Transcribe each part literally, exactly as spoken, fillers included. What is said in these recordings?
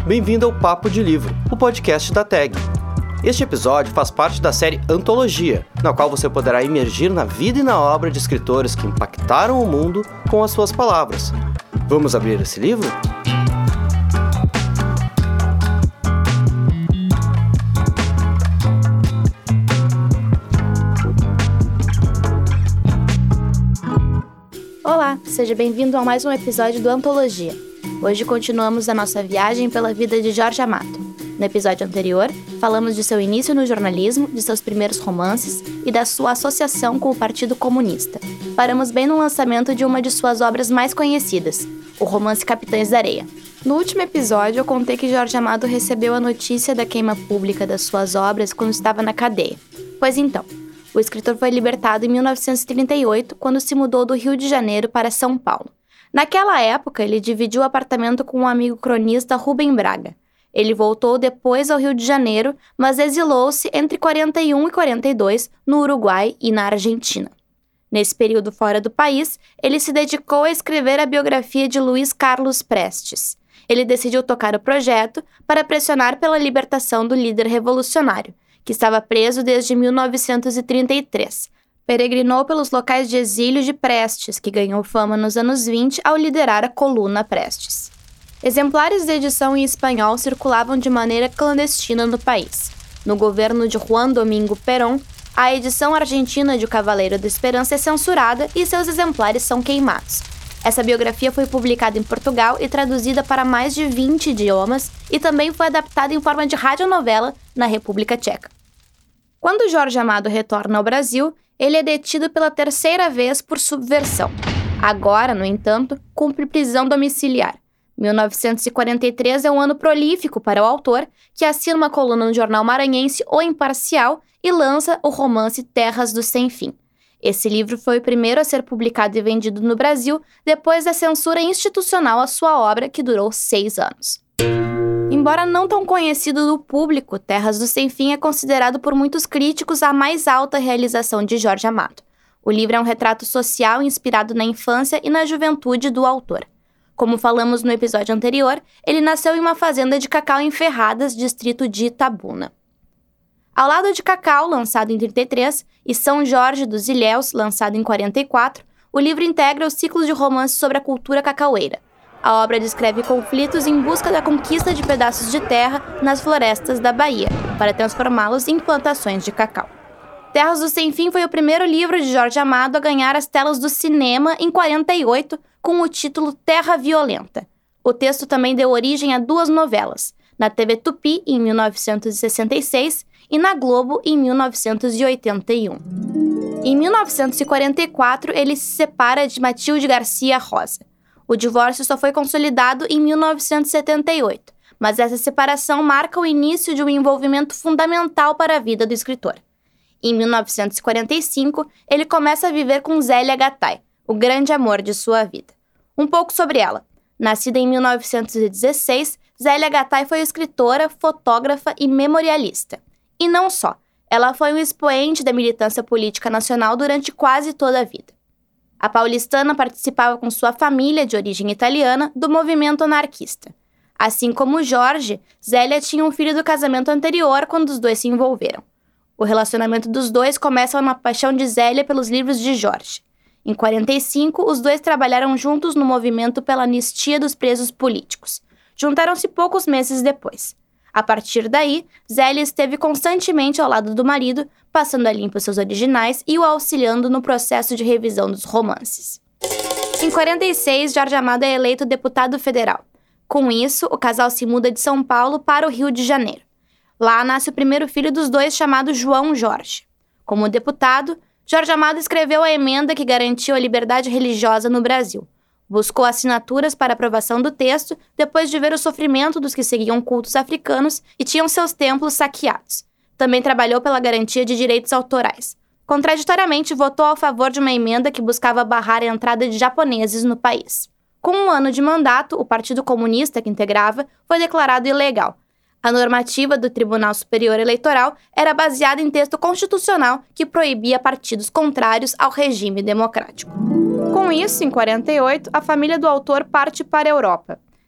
Bem-vindo ao Papo de Livro, o podcast da T A G. Este episódio faz parte da série Antologia, na qual você poderá imergir na vida e na obra de escritores que impactaram o mundo com as suas palavras. Vamos abrir esse livro? Olá, seja bem-vindo a mais um episódio do Antologia. Hoje continuamos a nossa viagem pela vida de Jorge Amado. No episódio anterior, falamos de seu início no jornalismo, de seus primeiros romances e da sua associação com o Partido Comunista. Paramos bem no lançamento de uma de suas obras mais conhecidas, o romance Capitães da Areia. No último episódio, eu contei que Jorge Amado recebeu a notícia da queima pública das suas obras quando estava na cadeia. Pois então, o escritor foi libertado em mil novecentos e trinta e oito, quando se mudou do Rio de Janeiro para São Paulo. Naquela época, ele dividiu o apartamento com um amigo cronista, Rubem Braga. Ele voltou depois ao Rio de Janeiro, mas exilou-se entre quarenta e um e quarenta e dois no Uruguai e na Argentina. Nesse período fora do país, ele se dedicou a escrever a biografia de Luiz Carlos Prestes. Ele decidiu tocar o projeto para pressionar pela libertação do líder revolucionário, que estava preso desde mil novecentos e trinta e três. Peregrinou pelos locais de exílio de Prestes, que ganhou fama nos anos vinte ao liderar a coluna Prestes. Exemplares de edição em espanhol circulavam de maneira clandestina no país. No governo de Juan Domingo Perón, a edição argentina de O Cavaleiro da Esperança é censurada e seus exemplares são queimados. Essa biografia foi publicada em Portugal e traduzida para mais de vinte idiomas e também foi adaptada em forma de radionovela na República Tcheca. Quando Jorge Amado retorna ao Brasil, ele é detido pela terceira vez por subversão. Agora, no entanto, cumpre prisão domiciliar. mil novecentos e quarenta e três é um ano prolífico para o autor, que assina uma coluna no jornal maranhense O Imparcial e lança o romance Terras do Sem Fim. Esse livro foi o primeiro a ser publicado e vendido no Brasil depois da censura institucional à sua obra, que durou seis anos. Embora não tão conhecido do público, Terras do Sem Fim é considerado por muitos críticos a mais alta realização de Jorge Amado. O livro é um retrato social inspirado na infância e na juventude do autor. Como falamos no episódio anterior, ele nasceu em uma fazenda de cacau em Ferradas, distrito de Itabuna. Ao lado de Cacau, lançado em trinta e três, e São Jorge dos Ilhéus, lançado em quarenta e quatro, o livro integra o ciclo de romances sobre a cultura cacaueira. A obra descreve conflitos em busca da conquista de pedaços de terra nas florestas da Bahia, para transformá-los em plantações de cacau. Terras do Sem Fim foi o primeiro livro de Jorge Amado a ganhar as telas do cinema em quarenta e oito, com o título Terra Violenta. O texto também deu origem a duas novelas, na T V Tupi, em mil novecentos e sessenta e seis, e na Globo, em mil novecentos e oitenta e um. Em mil novecentos e quarenta e quatro, ele se separa de Matilde Garcia Rosa. O divórcio só foi consolidado em mil novecentos e setenta e oito, mas essa separação marca o início de um envolvimento fundamental para a vida do escritor. Em mil novecentos e quarenta e cinco, ele começa a viver com Zélia Gattai, o grande amor de sua vida. Um pouco sobre ela. Nascida em mil novecentos e dezesseis, Zélia Gattai foi escritora, fotógrafa e memorialista. E não só, ela foi um expoente da militância política nacional durante quase toda a vida. A paulistana participava com sua família, de origem italiana, do movimento anarquista. Assim como Jorge, Zélia tinha um filho do casamento anterior quando os dois se envolveram. O relacionamento dos dois começa na paixão de Zélia pelos livros de Jorge. Em quarenta e cinco, os dois trabalharam juntos no movimento pela anistia dos presos políticos. Juntaram-se poucos meses depois. A partir daí, Zélia esteve constantemente ao lado do marido, passando a limpo seus originais e o auxiliando no processo de revisão dos romances. Em quarenta e seis, Jorge Amado é eleito deputado federal. Com isso, o casal se muda de São Paulo para o Rio de Janeiro. Lá nasce o primeiro filho dos dois, chamado João Jorge. Como deputado, Jorge Amado escreveu a emenda que garantiu a liberdade religiosa no Brasil. Buscou assinaturas para aprovação do texto depois de ver o sofrimento dos que seguiam cultos africanos e tinham seus templos saqueados. Também trabalhou pela garantia de direitos autorais. Contraditoriamente, votou a favor de uma emenda que buscava barrar a entrada de japoneses no país. Com um ano de mandato, o Partido Comunista que integrava foi declarado ilegal. A normativa do Tribunal Superior Eleitoral era baseada em texto constitucional que proibia partidos contrários ao regime democrático. Com isso, em quarenta e oito, a família do autor parte para a Europa.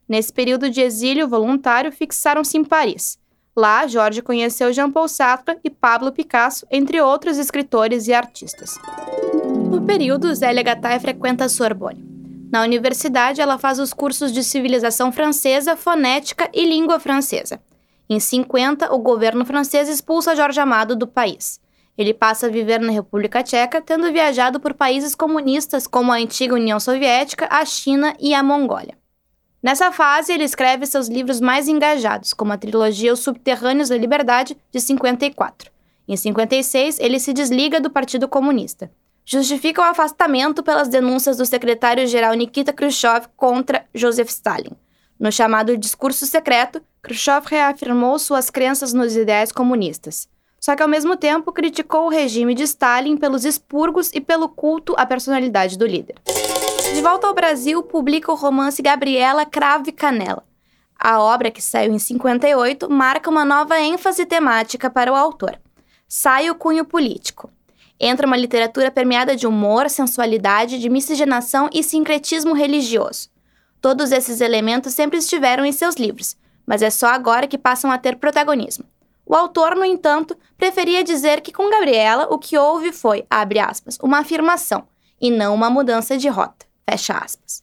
Nesse período de exílio voluntário, fixaram-se em Paris. Lá, Jorge conheceu Jean-Paul Sartre e Pablo Picasso, entre outros escritores e artistas. No período, Zélia Gattai frequenta a Sorbonne. Na universidade, ela faz os cursos de civilização francesa, fonética e língua francesa. Em cinquenta, o governo francês expulsa Jorge Amado do país. Ele passa a viver na República Tcheca, tendo viajado por países comunistas como a antiga União Soviética, a China e a Mongólia. Nessa fase, ele escreve seus livros mais engajados, como a trilogia Os Subterrâneos da Liberdade, de cinquenta e quatro. Em cinquenta e seis, ele se desliga do Partido Comunista. Justifica o afastamento pelas denúncias do secretário-geral Nikita Khrushchev contra Joseph Stalin. No chamado Discurso Secreto, Khrushchev reafirmou suas crenças nos ideais comunistas. Só que, ao mesmo tempo, criticou o regime de Stalin pelos expurgos e pelo culto à personalidade do líder. De volta ao Brasil, publica o romance Gabriela, Cravo e Canela. A obra, que saiu em cinquenta e oito, marca uma nova ênfase temática para o autor. Sai o cunho político. Entra uma literatura permeada de humor, sensualidade, de miscigenação e sincretismo religioso. Todos esses elementos sempre estiveram em seus livros, mas é só agora que passam a ter protagonismo. O autor, no entanto, preferia dizer que com Gabriela o que houve foi, abre aspas, uma afirmação, e não uma mudança de rota, fecha aspas.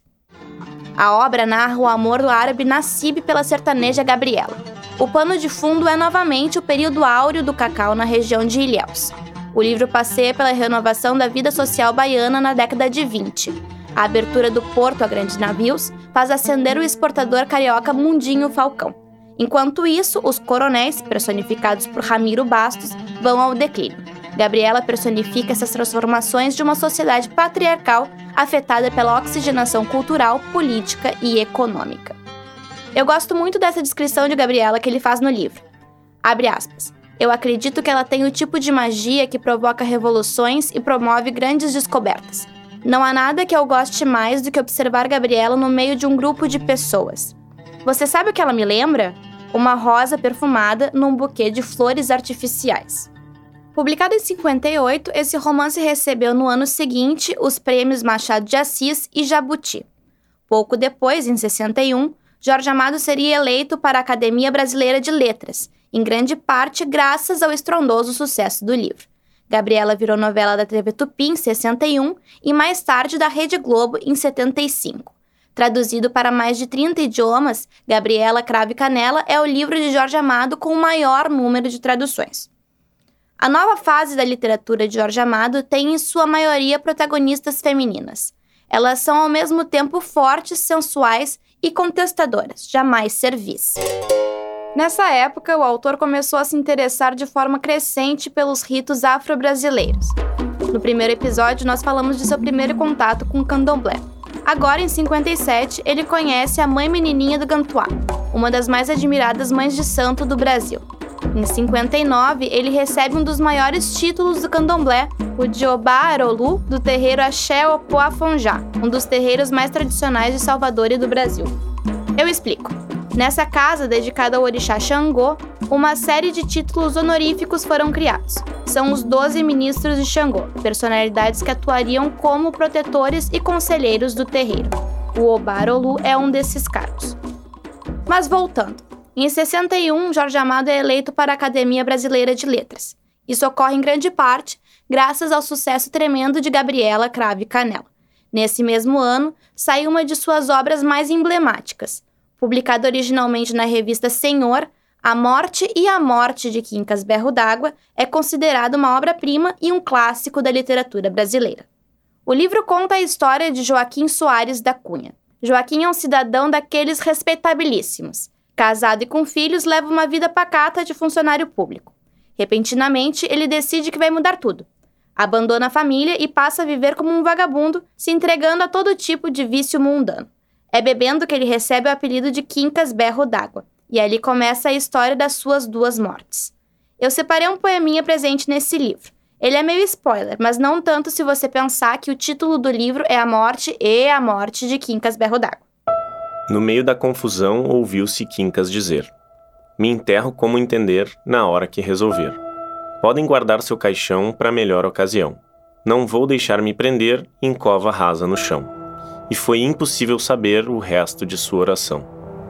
A obra narra o amor do árabe Nassib pela sertaneja Gabriela. O pano de fundo é novamente o período áureo do cacau na região de Ilhéus. O livro passeia pela renovação da vida social baiana na década de vinte. A abertura do porto a grandes navios faz ascender o exportador carioca Mundinho Falcão. Enquanto isso, os coronéis, personificados por Ramiro Bastos, vão ao declínio. Gabriela personifica essas transformações de uma sociedade patriarcal afetada pela oxigenação cultural, política e econômica. Eu gosto muito dessa descrição de Gabriela que ele faz no livro. Abre aspas. Eu acredito que ela tem o tipo de magia que provoca revoluções e promove grandes descobertas. Não há nada que eu goste mais do que observar Gabriela no meio de um grupo de pessoas. Você sabe o que ela me lembra? Uma rosa perfumada num buquê de flores artificiais. Publicado em cinquenta e oito, esse romance recebeu no ano seguinte os prêmios Machado de Assis e Jabuti. Pouco depois, em sessenta e um, Jorge Amado seria eleito para a Academia Brasileira de Letras, em grande parte graças ao estrondoso sucesso do livro. Gabriela virou novela da T V Tupi em sessenta e um e mais tarde da Rede Globo em setenta e cinco. Traduzido para mais de trinta idiomas, Gabriela, Cravo e Canela é o livro de Jorge Amado com o maior número de traduções. A nova fase da literatura de Jorge Amado tem em sua maioria protagonistas femininas. Elas são ao mesmo tempo fortes, sensuais e contestadoras, jamais servis. Nessa época, o autor começou a se interessar de forma crescente pelos ritos afro-brasileiros. No primeiro episódio, nós falamos de seu primeiro contato com o candomblé. Agora, em cinquenta e sete, ele conhece a Mãe Menininha do Gantuá, uma das mais admiradas mães de santo do Brasil. Em cinquenta e nove, ele recebe um dos maiores títulos do candomblé, o Jeobá Arolu, do terreiro Axé Opoafonjá, um dos terreiros mais tradicionais de Salvador e do Brasil. Eu explico. Nessa casa, dedicada ao orixá Xangô, uma série de títulos honoríficos foram criados. São os doze ministros de Xangô, personalidades que atuariam como protetores e conselheiros do terreiro. O Obá Arolu é um desses cargos. Mas voltando. Em sessenta e um, Jorge Amado é eleito para a Academia Brasileira de Letras. Isso ocorre em grande parte graças ao sucesso tremendo de Gabriela, Cravo e Canela. Nesse mesmo ano, saiu uma de suas obras mais emblemáticas. Publicada originalmente na revista Senhor, A Morte e a Morte de Quincas Berro d'Água é considerada uma obra-prima e um clássico da literatura brasileira. O livro conta a história de Joaquim Soares da Cunha. Joaquim é um cidadão daqueles respeitabilíssimos. Casado e com filhos, leva uma vida pacata de funcionário público. Repentinamente, ele decide que vai mudar tudo. Abandona a família e passa a viver como um vagabundo, se entregando a todo tipo de vício mundano. É bebendo que ele recebe o apelido de Quincas Berro d'Água, e ali começa a história das suas duas mortes. Eu separei um poeminha presente nesse livro. Ele é meio spoiler, mas não tanto se você pensar que o título do livro é A Morte e a Morte de Quincas Berro d'Água. No meio da confusão, ouviu-se Quincas dizer: "Me enterro como entender, na hora que resolver. Podem guardar seu caixão para melhor ocasião. Não vou deixar me prender em cova rasa no chão." E foi impossível saber o resto de sua oração.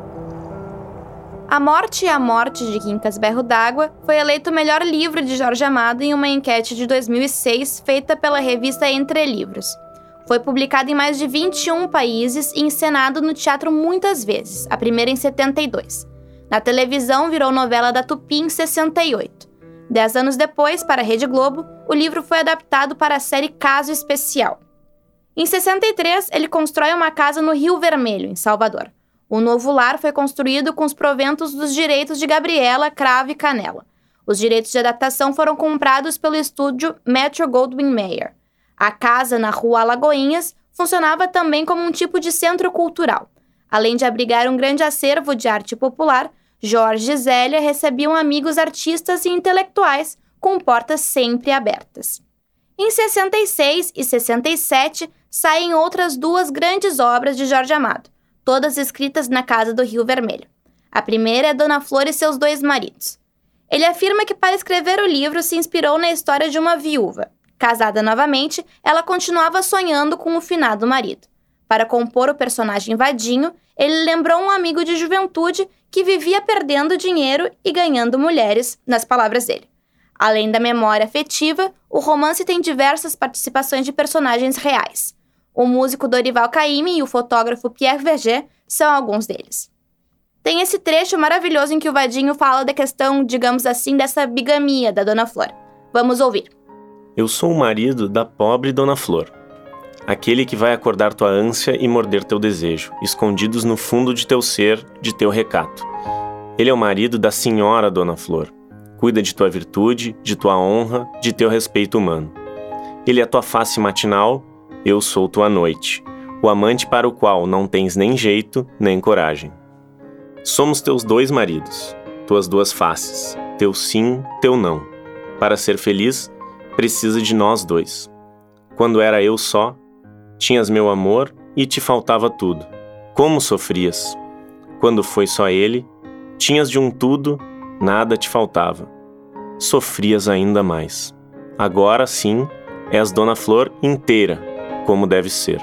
A Morte e a Morte de Quincas Berro d'Água foi eleito o melhor livro de Jorge Amado em uma enquete de dois mil e seis feita pela revista Entre Livros. Foi publicado em mais de vinte e um países e encenado no teatro muitas vezes, a primeira em setenta e dois. Na televisão virou novela da Tupi em sessenta e oito. Dez anos depois, para a Rede Globo, o livro foi adaptado para a série Caso Especial. Em sessenta e três, ele constrói uma casa no Rio Vermelho, em Salvador. O novo lar foi construído com os proventos dos direitos de Gabriela, Cravo e Canela. Os direitos de adaptação foram comprados pelo estúdio Metro-Goldwyn-Mayer. A casa, na rua Alagoinhas, funcionava também como um tipo de centro cultural. Além de abrigar um grande acervo de arte popular, Jorge e Zélia recebiam amigos artistas e intelectuais, com portas sempre abertas. Em sessenta e seis e sessenta e sete, saem outras duas grandes obras de Jorge Amado, todas escritas na casa do Rio Vermelho. A primeira é Dona Flor e seus dois maridos. Ele afirma que para escrever o livro se inspirou na história de uma viúva. Casada novamente, ela continuava sonhando com o finado marido. Para compor o personagem Vadinho, ele lembrou um amigo de juventude que vivia perdendo dinheiro e ganhando mulheres, nas palavras dele. Além da memória afetiva, o romance tem diversas participações de personagens reais. O músico Dorival Caymmi e o fotógrafo Pierre Verger são alguns deles. Tem esse trecho maravilhoso em que o Vadinho fala da questão, digamos assim, dessa bigamia da Dona Flor. Vamos ouvir. Eu sou o marido da pobre Dona Flor, aquele que vai acordar tua ânsia e morder teu desejo, escondidos no fundo de teu ser, de teu recato. Ele é o marido da senhora Dona Flor. Cuida de tua virtude, de tua honra, de teu respeito humano. Ele é tua face matinal, eu sou tua noite, o amante para o qual não tens nem jeito, nem coragem. Somos teus dois maridos, tuas duas faces, teu sim, teu não. Para ser feliz, precisa de nós dois. Quando era eu só, tinhas meu amor e te faltava tudo. Como sofrias? Quando foi só ele, tinhas de um tudo, nada te faltava. Sofrias ainda mais. Agora sim, és Dona Flor inteira, como deve ser.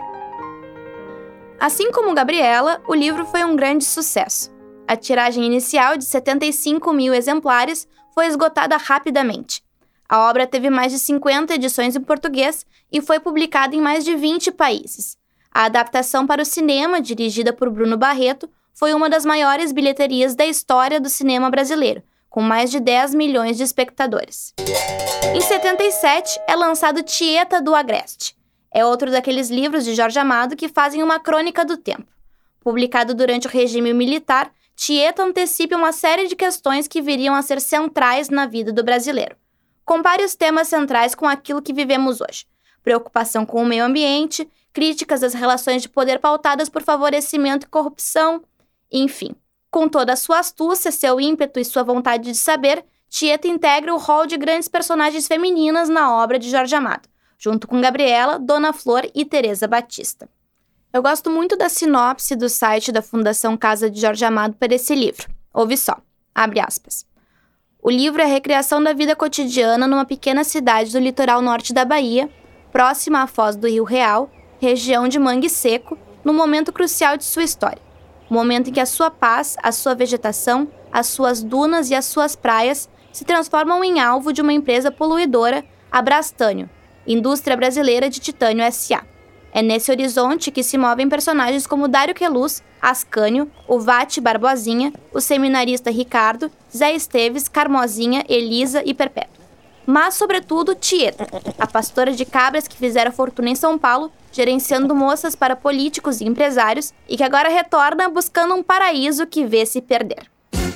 Assim como Gabriela, o livro foi um grande sucesso. A tiragem inicial de setenta e cinco mil exemplares foi esgotada rapidamente. A obra teve mais de cinquenta edições em português e foi publicada em mais de vinte países. A adaptação para o cinema, dirigida por Bruno Barreto, foi uma das maiores bilheterias da história do cinema brasileiro, com mais de dez milhões de espectadores. Em setenta e sete, é lançado Tieta do Agreste. É outro daqueles livros de Jorge Amado que fazem uma crônica do tempo. Publicado durante o regime militar, Tieta antecipa uma série de questões que viriam a ser centrais na vida do brasileiro. Compare os temas centrais com aquilo que vivemos hoje. Preocupação com o meio ambiente, críticas às relações de poder pautadas por favorecimento e corrupção, enfim. Com toda a sua astúcia, seu ímpeto e sua vontade de saber, Tieta integra o rol de grandes personagens femininas na obra de Jorge Amado, junto com Gabriela, Dona Flor e Teresa Batista. Eu gosto muito da sinopse do site da Fundação Casa de Jorge Amado para esse livro. Ouve só, abre aspas. O livro é a recriação da vida cotidiana numa pequena cidade do litoral norte da Bahia, próxima à foz do Rio Real, região de Mangue Seco, num momento crucial de sua história. O momento em que a sua paz, a sua vegetação, as suas dunas e as suas praias se transformam em alvo de uma empresa poluidora, a Brastânio, Indústria Brasileira de Titânio S A É nesse horizonte que se movem personagens como Dário Queluz, Ascânio, o Vate Barbosinha, o seminarista Ricardo, Zé Esteves, Carmozinha, Elisa e Perpétua. Mas, sobretudo, Tieta, a pastora de cabras que fizera fortuna em São Paulo, gerenciando moças para políticos e empresários, e que agora retorna buscando um paraíso que vê se perder.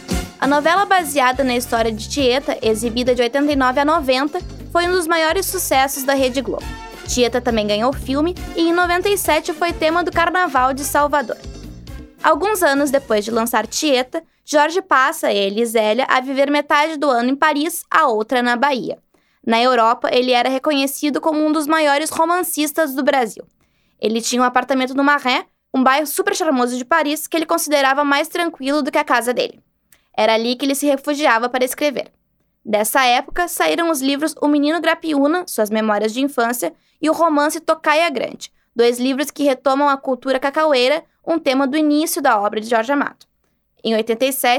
A novela baseada na história de Tieta, exibida de oitenta e nove a noventa, foi um dos maiores sucessos da Rede Globo. Tieta também ganhou filme e em noventa e sete foi tema do Carnaval de Salvador. Alguns anos depois de lançar Tieta, Jorge passa, ele e Zélia, a viver metade do ano em Paris, a outra na Bahia. Na Europa, ele era reconhecido como um dos maiores romancistas do Brasil. Ele tinha um apartamento no Marais, um bairro super charmoso de Paris, que ele considerava mais tranquilo do que a casa dele. Era ali que ele se refugiava para escrever. Dessa época, saíram os livros O Menino Grapiúna, Suas Memórias de Infância, e o romance Tocaia Grande, dois livros que retomam a cultura cacaueira, um tema do início da obra de Jorge Amado. Em oitenta e sete,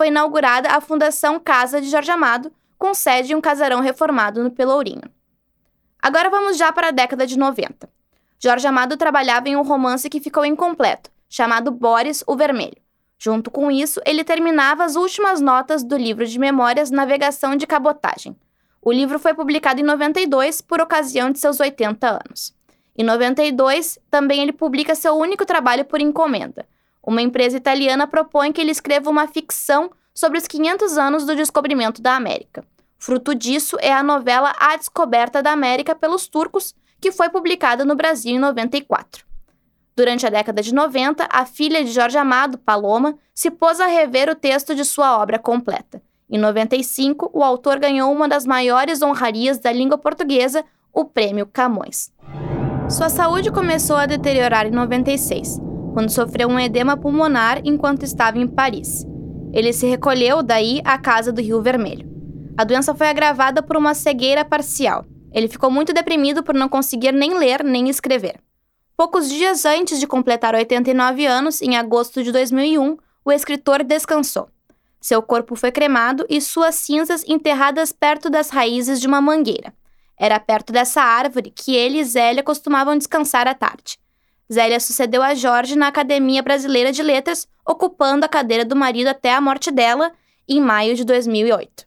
foi inaugurada a Fundação Casa de Jorge Amado, com sede em um casarão reformado no Pelourinho. Agora vamos já para a década de noventa. Jorge Amado trabalhava em um romance que ficou incompleto, chamado Boris o Vermelho. Junto com isso, ele terminava as últimas notas do livro de memórias Navegação de Cabotagem. O livro foi publicado em noventa e dois, por ocasião de seus oitenta anos. Em noventa e dois, também ele publica seu único trabalho por encomenda. Uma empresa italiana propõe que ele escreva uma ficção sobre os quinhentos anos do descobrimento da América. Fruto disso é a novela A Descoberta da América pelos Turcos, que foi publicada no Brasil em noventa e quatro. Durante a década de noventa, a filha de Jorge Amado, Paloma, se pôs a rever o texto de sua obra completa. Em noventa e cinco, o autor ganhou uma das maiores honrarias da língua portuguesa, o Prêmio Camões. Sua saúde começou a deteriorar em noventa e seis, quando sofreu um edema pulmonar enquanto estava em Paris. Ele se recolheu daí à Casa do Rio Vermelho. A doença foi agravada por uma cegueira parcial. Ele ficou muito deprimido por não conseguir nem ler nem escrever. Poucos dias antes de completar oitenta e nove anos, em agosto de dois mil e um, o escritor descansou. Seu corpo foi cremado e suas cinzas enterradas perto das raízes de uma mangueira. Era perto dessa árvore que ele e Zélia costumavam descansar à tarde. Zélia sucedeu a Jorge na Academia Brasileira de Letras, ocupando a cadeira do marido até a morte dela, em maio de dois mil e oito.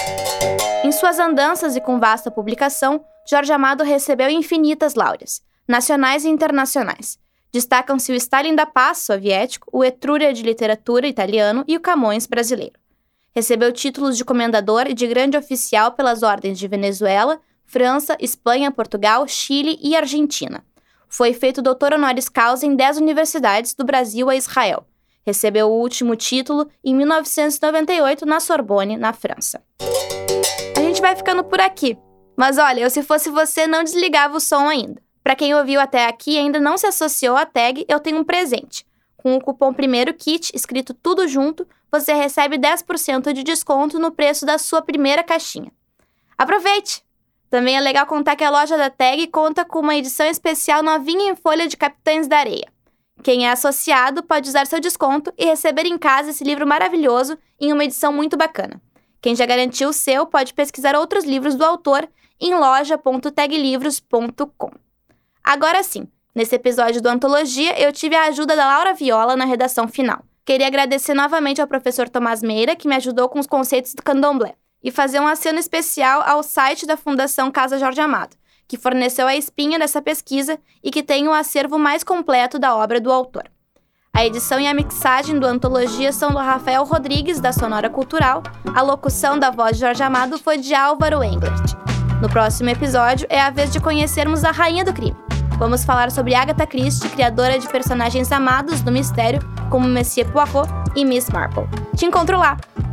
Em suas andanças e com vasta publicação, Jorge Amado recebeu infinitas láureas, nacionais e internacionais. Destacam-se o Stalin da Paz soviético, o Etrúria de literatura italiano e o Camões brasileiro. Recebeu títulos de comendador e de grande oficial pelas ordens de Venezuela, França, Espanha, Portugal, Chile e Argentina. Foi feito doutor honoris causa em dez universidades do Brasil a Israel. Recebeu o último título em mil novecentos e noventa e oito na Sorbonne, na França. A gente vai ficando por aqui. Mas olha, eu se fosse você não desligava o som ainda. Para quem ouviu até aqui e ainda não se associou à tag, eu tenho um presente. Com o cupom Primeiro Kit, escrito tudo junto, você recebe dez por cento de desconto no preço da sua primeira caixinha. Aproveite! Também é legal contar que a loja da Tag conta com uma edição especial novinha em folha de Capitães da Areia. Quem é associado pode usar seu desconto e receber em casa esse livro maravilhoso em uma edição muito bacana. Quem já garantiu o seu pode pesquisar outros livros do autor em loja ponto tag livros ponto com. Agora sim, nesse episódio do Antologia, eu tive a ajuda da Laura Viola na redação final. Queria agradecer novamente ao professor Tomás Meira, que me ajudou com os conceitos do candomblé, e fazer um aceno especial ao site da Fundação Casa Jorge Amado, que forneceu a espinha dessa pesquisa e que tem o acervo mais completo da obra do autor. A edição e a mixagem do Antologia são do Rafael Rodrigues, da Sonora Cultural. A locução da voz de Jorge Amado foi de Álvaro Englert. No próximo episódio, é a vez de conhecermos a Rainha do Crime. Vamos falar sobre Agatha Christie, criadora de personagens amados do mistério, como Monsieur Poirot e Miss Marple. Te encontro lá!